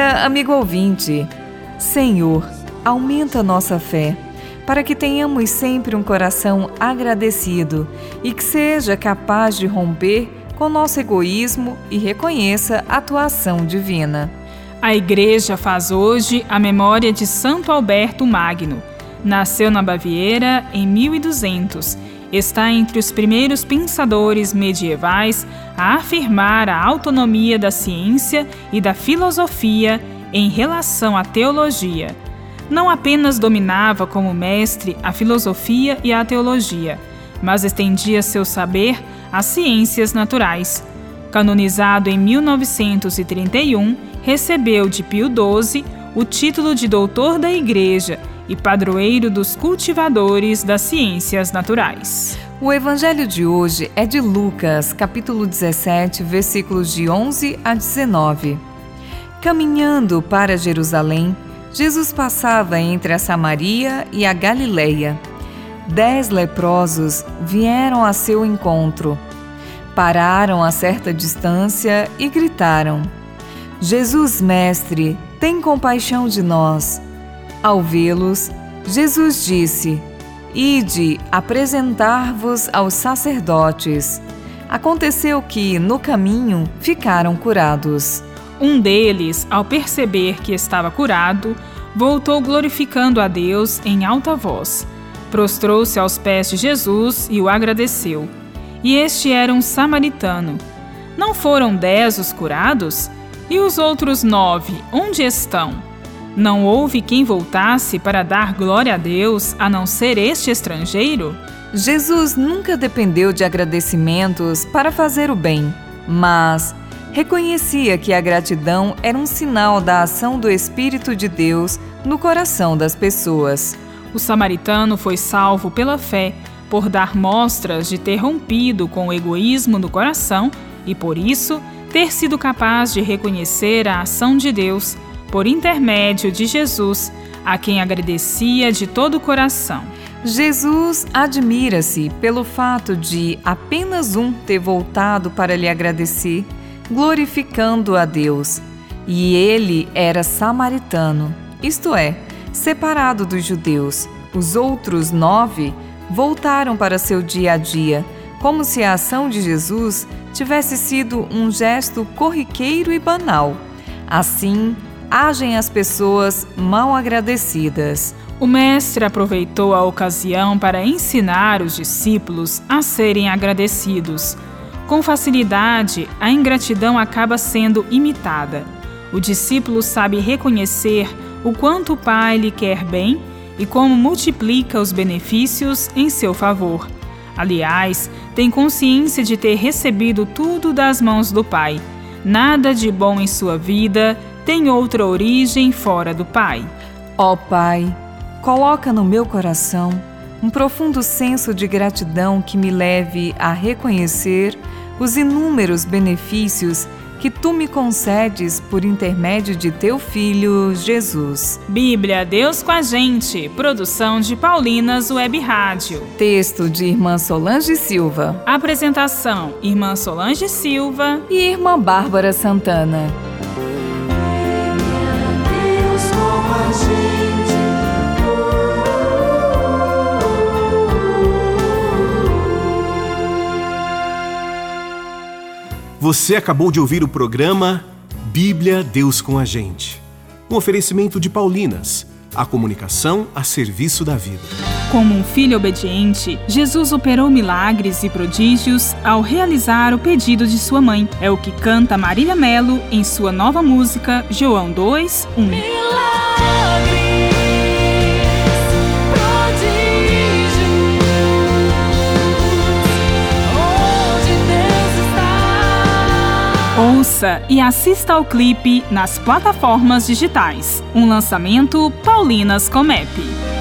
dia, amigo ouvinte. Senhor, aumenta nossa fé, para que tenhamos sempre um coração agradecido e que seja capaz de romper com nosso egoísmo e reconheça a tua ação divina. A Igreja faz hoje a memória de Santo Alberto Magno. Nasceu na Baviera em 1200. Está entre os primeiros pensadores medievais a afirmar a autonomia da ciência e da filosofia em relação à teologia. Não apenas dominava como mestre a filosofia e a teologia, mas estendia seu saber às ciências naturais. Canonizado em 1931, recebeu de Pio XII o título de doutor da Igreja e padroeiro dos cultivadores das ciências naturais. O evangelho de hoje é de Lucas, capítulo 17, versículos de 11 a 19. Caminhando para Jerusalém, Jesus passava entre a Samaria e a Galileia. 10 leprosos vieram a seu encontro. Pararam a certa distância e gritaram: Jesus, mestre, tem compaixão de nós. Ao vê-los, Jesus disse: Ide apresentar-vos aos sacerdotes. Aconteceu que, no caminho, ficaram curados. Um deles, ao perceber que estava curado, voltou glorificando a Deus em alta voz. Prostrou-se aos pés de Jesus e o agradeceu. E este era um samaritano. Não foram 10 os curados? E os outros 9, onde estão? Não houve quem voltasse para dar glória a Deus, a não ser este estrangeiro? Jesus nunca dependeu de agradecimentos para fazer o bem, mas reconhecia que a gratidão era um sinal da ação do Espírito de Deus no coração das pessoas. O samaritano foi salvo pela fé, por dar mostras de ter rompido com o egoísmo no coração e, por isso, ter sido capaz de reconhecer a ação de Deus por intermédio de Jesus, a quem agradecia de todo o coração. Jesus admira-se pelo fato de apenas um ter voltado para lhe agradecer, glorificando a Deus. E ele era samaritano, isto é, separado dos judeus. Os outros 9 voltaram para seu dia a dia, como se a ação de Jesus tivesse sido um gesto corriqueiro e banal. Assim, agem as pessoas mal agradecidas. O mestre aproveitou a ocasião para ensinar os discípulos a serem agradecidos. Com facilidade, a ingratidão acaba sendo imitada. O discípulo sabe reconhecer o quanto o Pai lhe quer bem e como multiplica os benefícios em seu favor. Aliás, tem consciência de ter recebido tudo das mãos do Pai. Nada de bom em sua vida tem outra origem fora do Pai. Ó Pai, coloca no meu coração um profundo senso de gratidão que me leve a reconhecer os inúmeros benefícios que Tu me concedes por intermédio de Teu Filho, Jesus. Bíblia, Deus com a gente. Produção de Paulinas Web Rádio. Texto de Irmã Solange Silva. Apresentação, Irmã Solange Silva e Irmã Bárbara Santana. Deus com a gente. Você acabou de ouvir o programa Bíblia, Deus com a gente. Um oferecimento de Paulinas, a comunicação a serviço da vida. Como um filho obediente, Jesus operou milagres e prodígios ao realizar o pedido de sua mãe. É o que canta Marília Melo em sua nova música João 2:1. Ouça e assista ao clipe nas plataformas digitais. Um lançamento Paulinas Comep.